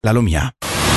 La Lumia.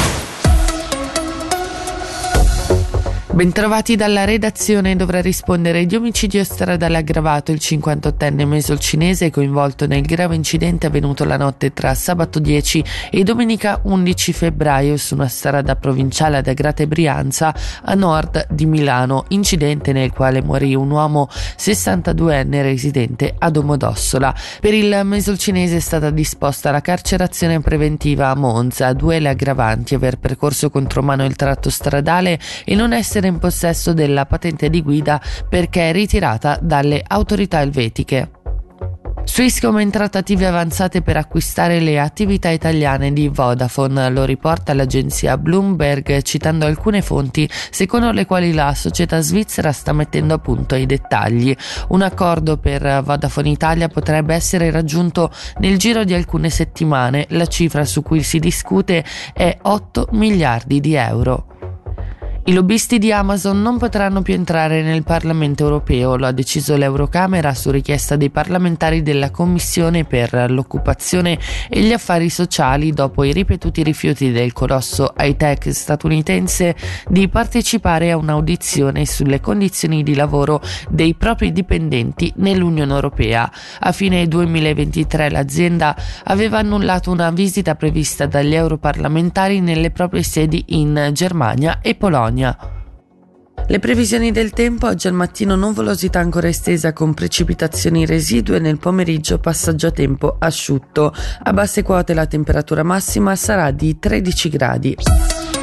Bentrovati dalla redazione. Dovrà rispondere di omicidio stradale aggravato il 58enne mesolcinese coinvolto nel grave incidente avvenuto la notte tra sabato 10 e domenica 11 febbraio su una strada provinciale ad Agrate Brianza a nord di Milano, incidente nel quale morì un uomo 62enne residente a Domodossola. Per il mesolcinese è stata disposta la carcerazione preventiva a Monza. Due le aggravanti: aver percorso contromano il tratto stradale e non essere in possesso della patente di guida perché ritirata dalle autorità elvetiche. Swisscom è in trattative avanzate per acquistare le attività italiane di Vodafone, lo riporta l'agenzia Bloomberg citando alcune fonti secondo le quali la società svizzera sta mettendo a punto i dettagli. Un accordo per Vodafone Italia potrebbe essere raggiunto nel giro di alcune settimane. La cifra su cui si discute è 8 miliardi di euro. I lobbisti di Amazon non potranno più entrare nel Parlamento europeo, lo ha deciso l'Eurocamera su richiesta dei parlamentari della Commissione per l'occupazione e gli affari sociali dopo i ripetuti rifiuti del colosso high-tech statunitense di partecipare a un'audizione sulle condizioni di lavoro dei propri dipendenti nell'Unione Europea. A fine 2023 l'azienda aveva annullato una visita prevista dagli europarlamentari nelle proprie sedi in Germania e Polonia. Le previsioni del tempo: oggi al mattino nuvolosità ancora estesa con precipitazioni residue, nel pomeriggio passaggio a tempo asciutto. A basse quote la temperatura massima sarà di 13 gradi.